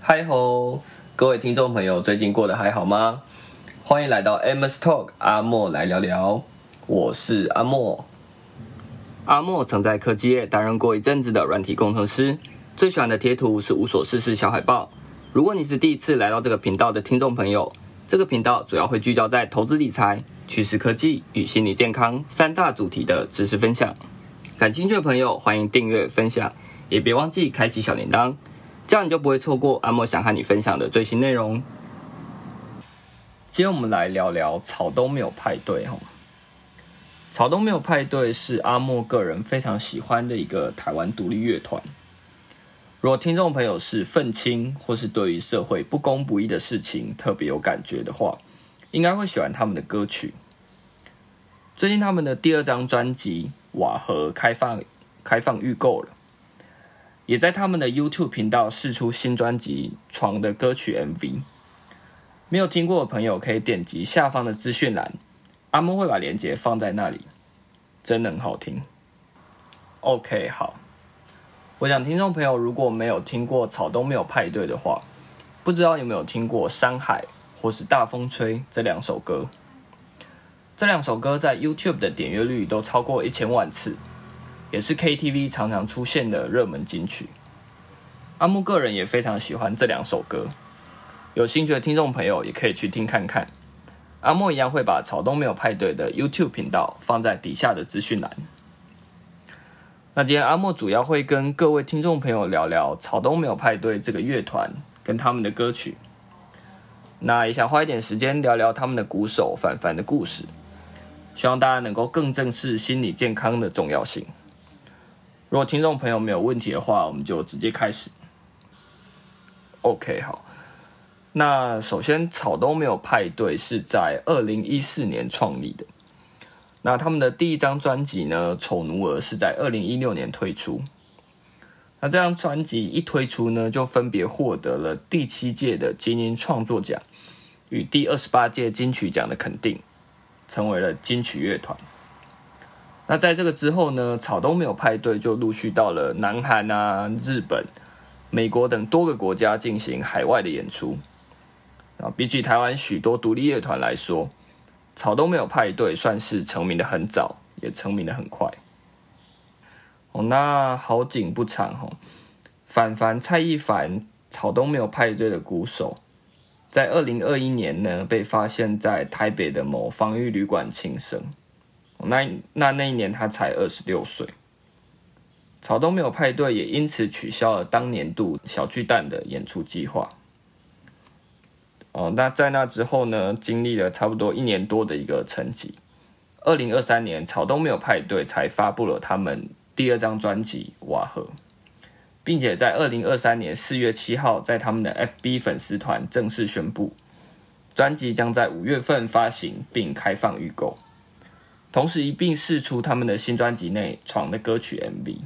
嗨吼，各位听众朋友，最近过得还好吗？欢迎来到 Amos Talk， 阿莫来聊聊。我是阿莫。阿莫曾在科技业担任过一阵子的软体工程师，最喜欢的贴图是无所事事小海报。如果你是第一次来到这个频道的听众朋友，这个频道主要会聚焦在投资理财、趋势科技与心理健康三大主题的知识分享。感兴趣的朋友欢迎订阅分享，也别忘记开启小铃铛，这样你就不会错过阿莫想和你分享的最新内容。今天我们来聊聊草东没有派对。草东没有派对是阿莫个人非常喜欢的一个台湾独立乐团。如果听众朋友是愤青，或是对于社会不公不义的事情特别有感觉的话，应该会喜欢他们的歌曲。最近他们的第二张专辑《瓦合》开放预购了，也在他们的 YouTube 频道释出新专辑《床》的歌曲 MV。没有听过的朋友可以点击下方的资讯栏，阿莫会把连结放在那里，真的很好听。OK， 好。我想听众朋友如果没有听过草东没有派对的话，不知道有没有听过《山海》或是《大风吹》这两首歌。这两首歌在 YouTube 的点阅率都超过1000万次，也是 KTV 常常出现的热门金曲。阿木个人也非常喜欢这两首歌，有兴趣的听众朋友也可以去听看看。阿木一样会把草东没有派对的 YouTube 频道放在底下的资讯栏。那今天阿莫主要会跟各位听众朋友聊聊草东没有派对这个乐团跟他们的歌曲，那也想花一点时间聊聊他们的鼓手凡凡的故事，希望大家能够更正视心理健康的重要性。如果听众朋友没有问题的话，我们就直接开始。OK， 好。那首先草东没有派对是在2014年创立的。那他们的第一张专辑呢，《丑奴儿》是在2016年推出。那这张专辑一推出呢，就分别获得了第7届的金音创作奖与第28届金曲奖的肯定，成为了金曲乐团。那在这个之后呢，草东没有派对就陆续到了南韩啊、日本、美国等多个国家进行海外的演出。比起台湾许多独立乐团来说，草东没有派对算是成名的很早，也成名的很快。那好景不长，凡凡蔡一凡草东没有派对的鼓手，在2021年呢被发现在台北的某防疫旅馆轻生。那一年他才26岁。草东没有派对也因此取消了当年度小巨蛋的演出计划。那在那之后呢，经历了差不多1年多的一个沉寂。2023年，草东没有派对才发布了他们第二张专辑《瓦合》，并且在2023年4月7号，在他们的 FB 粉丝团正式宣布，专辑将在5月份发行并开放预购，同时一并释出他们的新专辑内《床》的歌曲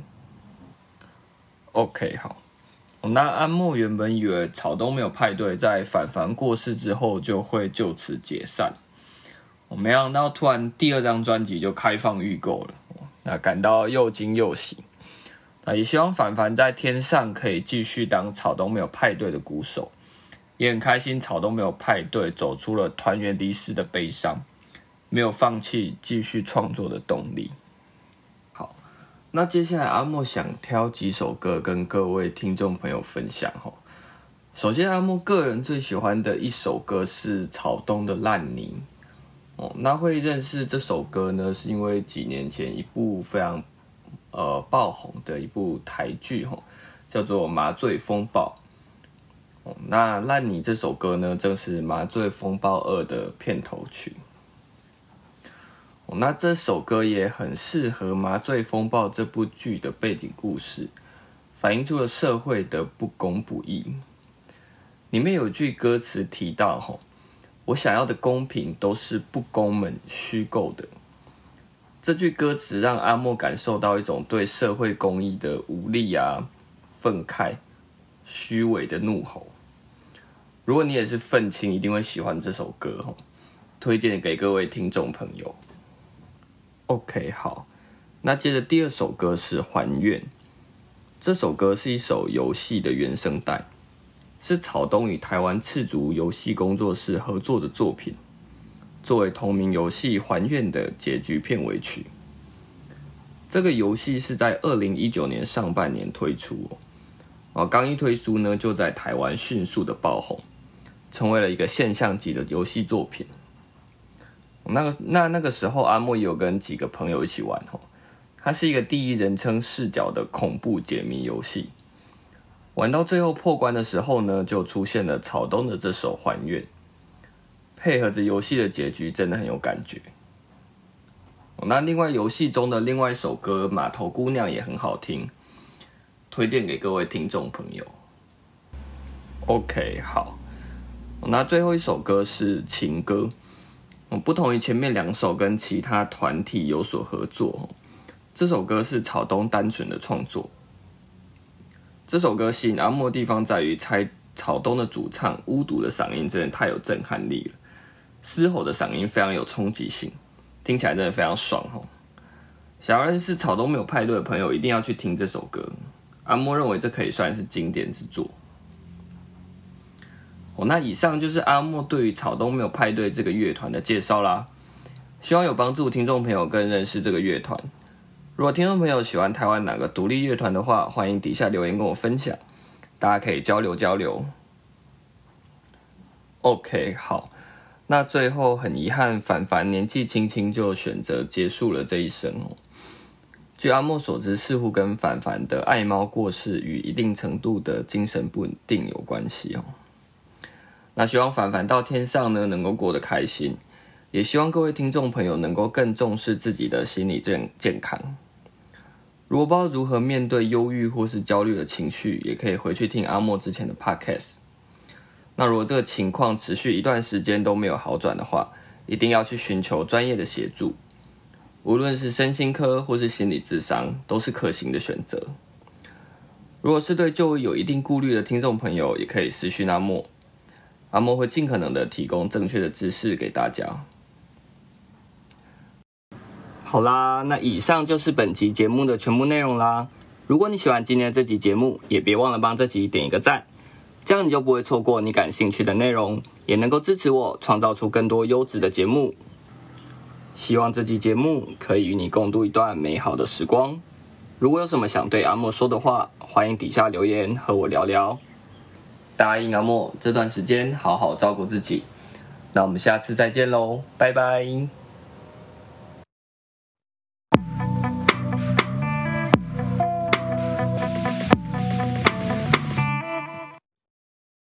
MV。OK， 好。那安莫原本以为草东没有派对在凡凡过世之后就会就此解散，没想到突然第二张专辑就开放预购了，那感到又惊又喜。那也希望凡凡在天上可以继续当草东没有派对的鼓手，也很开心草东没有派对走出了团员离世的悲伤，没有放弃继续创作的动力。那接下来阿莫想挑几首歌跟各位听众朋友分享。首先阿莫个人最喜欢的一首歌是草东的《烂泥》。那会认识这首歌呢，是因为几年前一部非常爆红的一部台剧，叫做《麻醉风暴》。那《烂泥》这首歌呢，正是《麻醉风暴2》的片头曲。那这首歌也很适合《麻醉风暴》这部剧的背景故事，反映出了社会的不公不义。里面有句歌词提到，我想要的公平都是不公们虚构的。这句歌词让阿莫感受到一种对社会公义的无力啊、愤慨、虚伪的怒吼。如果你也是愤青，一定会喜欢这首歌，推荐给各位听众朋友。OK， 好，那接着第二首歌是《还愿》，这首歌是一首游戏的原声带， 是草东与台湾赤足游戏工作室合作的作品，作为同名游戏《还愿》的结局片尾曲。这个游戏是在2019年上半年推出刚一推出呢，就在台湾迅速的爆红，成为了一个现象级的游戏作品。那个时候，阿莫也有跟几个朋友一起玩它是一个第一人称视角的恐怖解谜游戏。玩到最后破关的时候呢，就出现了草东的这首《还愿》，配合着游戏的结局，真的很有感觉。那另外游戏中的另外一首歌《码头姑娘》也很好听，推荐给各位听众朋友。OK， 好，那最后一首歌是情歌，不同于前面2首跟其他团体有所合作，这首歌是草东单纯的创作。这首歌吸引阿莫的地方在于，草东的主唱巫毒的嗓音真的太有震撼力了，嘶吼的嗓音非常有冲击性，听起来真的非常爽想要认识草东没有派对的朋友，一定要去听这首歌。阿莫认为这可以算是经典之作。那以上就是阿莫对于草东没有派对这个乐团的介绍啦，希望有帮助听众朋友更认识这个乐团。如果听众朋友喜欢台湾哪个独立乐团的话，欢迎底下留言跟我分享，大家可以交流交流。OK， 好，那最后很遗憾，凡凡年纪轻轻就选择结束了这一生据阿莫所知，似乎跟凡凡的爱猫过世与一定程度的精神不稳定有关系那希望凡凡到天上呢能够过得开心，也希望各位听众朋友能够更重视自己的心理健康。如果不知道如何面对忧郁或是焦虑的情绪，也可以回去听阿莫之前的 podcast。那如果这个情况持续一段时间都没有好转的话，一定要去寻求专业的协助，无论是身心科或是心理咨商，都是可行的选择。如果是对就医有一定顾虑的听众朋友，也可以私讯阿莫，阿莫会尽可能的提供正确的知识给大家。好啦，那以上就是本集节目的全部内容啦。如果你喜欢今天的这集节目，也别忘了帮这集点一个赞，这样你就不会错过你感兴趣的内容，也能够支持我创造出更多优质的节目。希望这集节目可以与你共度一段美好的时光。如果有什么想对阿莫说的话，欢迎底下留言和我聊聊。答应阿莫这段时间好好照顾自己。那我们下次再见咯，拜拜。